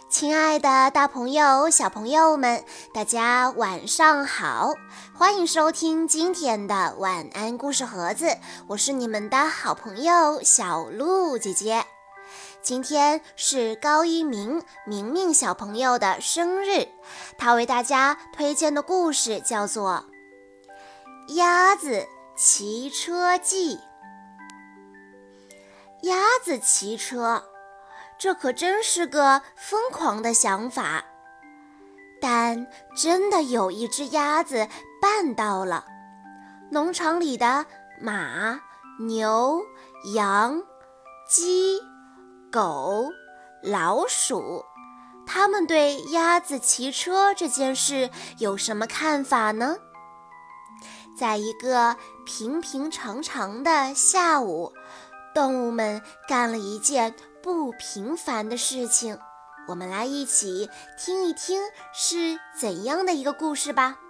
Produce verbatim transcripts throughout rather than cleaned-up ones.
亲爱的大朋友、小朋友们，大家晚上好！欢迎收听今天的晚安故事盒子，我是你们的好朋友小鹿姐姐。今天是高一鸣明明小朋友的生日，他为大家推荐的故事叫做《鸭子骑车记》。鸭子骑车，这可真是个疯狂的想法，但真的有一只鸭子办到了。农场里的马、牛、羊、鸡、狗、老鼠，他们对鸭子骑车这件事有什么看法呢？在一个平平常常的下午，动物们干了一件不平凡的事情，我们来一起听一听是怎样的一个故事吧。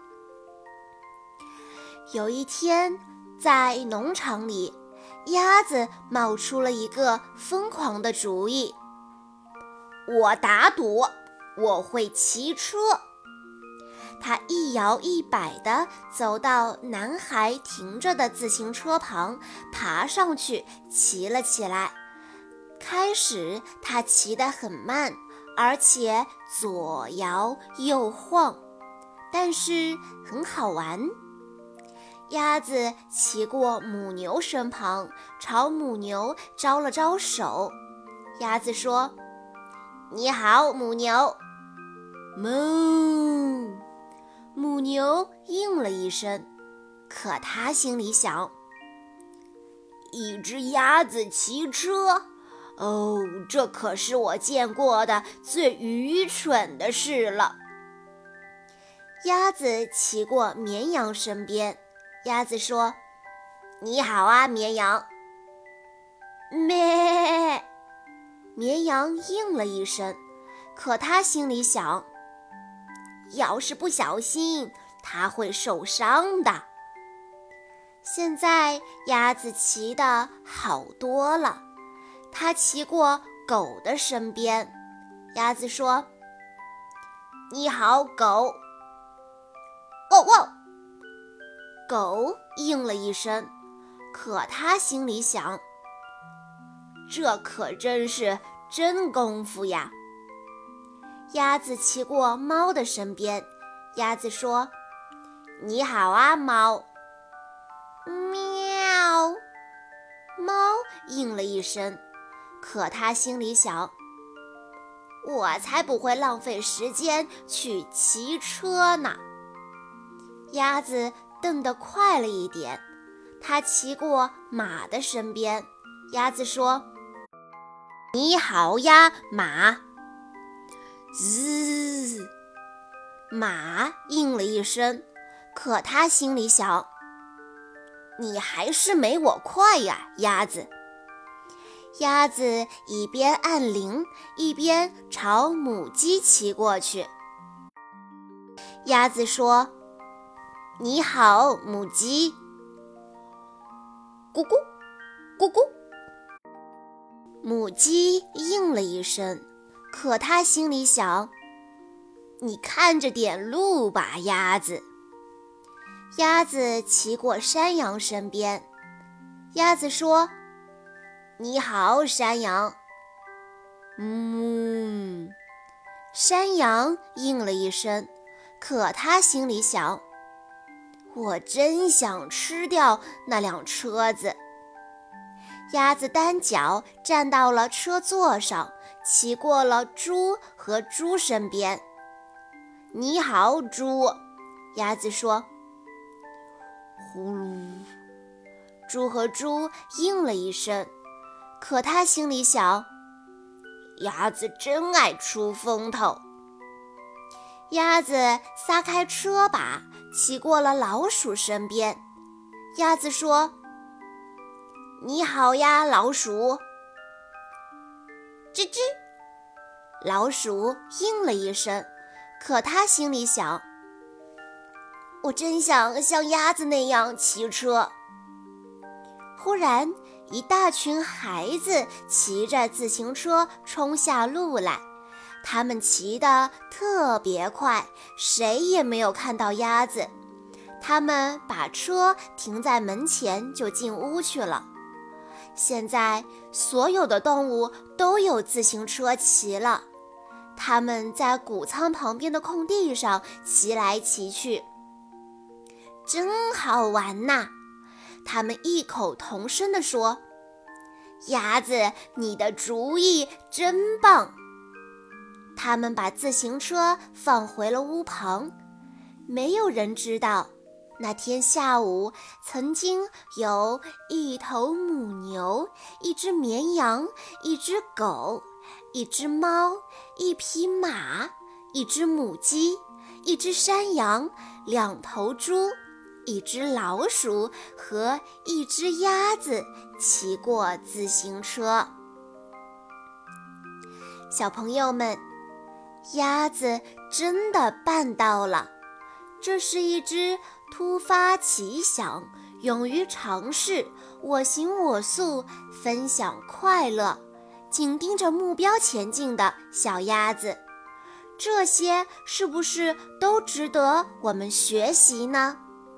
有一天，在农场里，鸭子冒出了一个疯狂的主意。我打赌，我会骑车。他一摇一摆地走到男孩停着的自行车旁，爬上去骑了起来。开始他骑得很慢，而且左摇右晃，但是很好玩。鸭子骑过母牛身旁，朝母牛招了招手。鸭子说：你好，母牛。哞，母牛应了一声，可它心里想，一只鸭子骑车，哦，这可是我见过的最愚蠢的事了。鸭子骑过绵羊身边，鸭子说：你好啊，绵羊。咩，绵羊应了一声，可它心里想，要是不小心，它会受伤的。现在鸭子骑得好多了，它骑过狗的身边，鸭子说：你好，狗。喔喔，狗应了一声，可它心里想，这可真是真功夫呀。鸭子骑过猫的身边，鸭子说：你好啊，猫。喵，猫应了一声，可它心里想，我才不会浪费时间去骑车呢。鸭子蹬得快了一点，它骑过马的身边，鸭子说：你好呀，马。滋，马应了一声，可它心里想，你还是没我快呀，鸭子。鸭子一边按铃，一边朝母鸡骑过去。鸭子说：你好，母鸡。咕咕咕咕，母鸡应了一声，可它心里想，你看着点路吧，鸭子。鸭子骑过山羊身边，鸭子说：你好，山羊。嗯，山羊应了一声，可它心里想，我真想吃掉那辆车子。鸭子单脚站到了车座上，骑过了猪和猪身边。你好，猪。鸭子说：呼噜。猪和猪应了一声，可它心里想，鸭子真爱出风头。鸭子撒开车把，骑过了老鼠身边。鸭子说：你好呀，老鼠。吱吱，老鼠应了一声，可它心里想，我真想像鸭子那样骑车。忽然，一大群孩子骑着自行车冲下路来， 他们骑得特别快，谁也没有看到鸭子。他们把车停在门前就进屋去了。现在所有的动物都有自行车骑了，他们在谷仓旁边的空地上骑来骑去，真好玩呐！他们异口同声地说：鸭子，你的主意真棒！他们把自行车放回了屋旁。没有人知道，那天下午曾经有一头母牛，一只绵羊，一只狗，一只猫，一匹马，一只母鸡，一只山羊，两头猪，一只老鼠和一只鸭子骑过自行车。小朋友们，鸭子真的办到了。这是一只突发奇想、勇于尝试、我行我素、分享快乐、紧盯着目标前进的小鸭子。这些是不是都值得我们学习呢？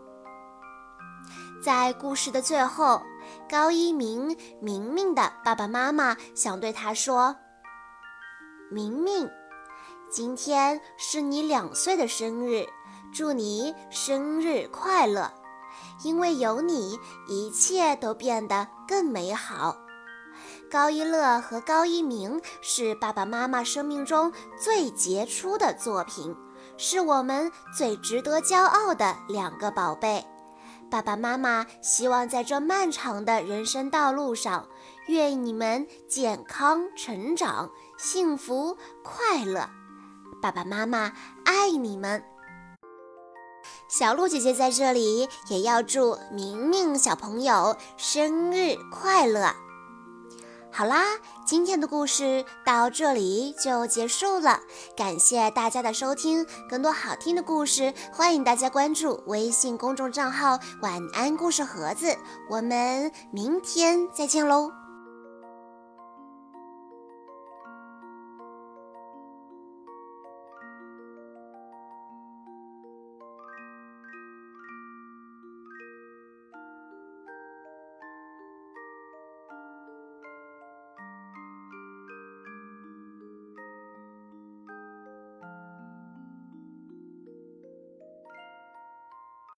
在故事的最后，高一鸣明明的爸爸妈妈想对他说：明明，今天是你两岁的生日，祝你生日快乐！因为有你，一切都变得更美好。高一乐和高一鸣是爸爸妈妈生命中最杰出的作品，是我们最值得骄傲的两个宝贝。爸爸妈妈希望在这漫长的人生道路上，愿你们健康成长，幸福快乐。爸爸妈妈爱你们。小鹿姐姐在这里也要祝明明小朋友生日快乐。好啦，今天的故事到这里就结束了，感谢大家的收听。更多好听的故事，欢迎大家关注微信公众账号晚安故事盒子。我们明天再见喽。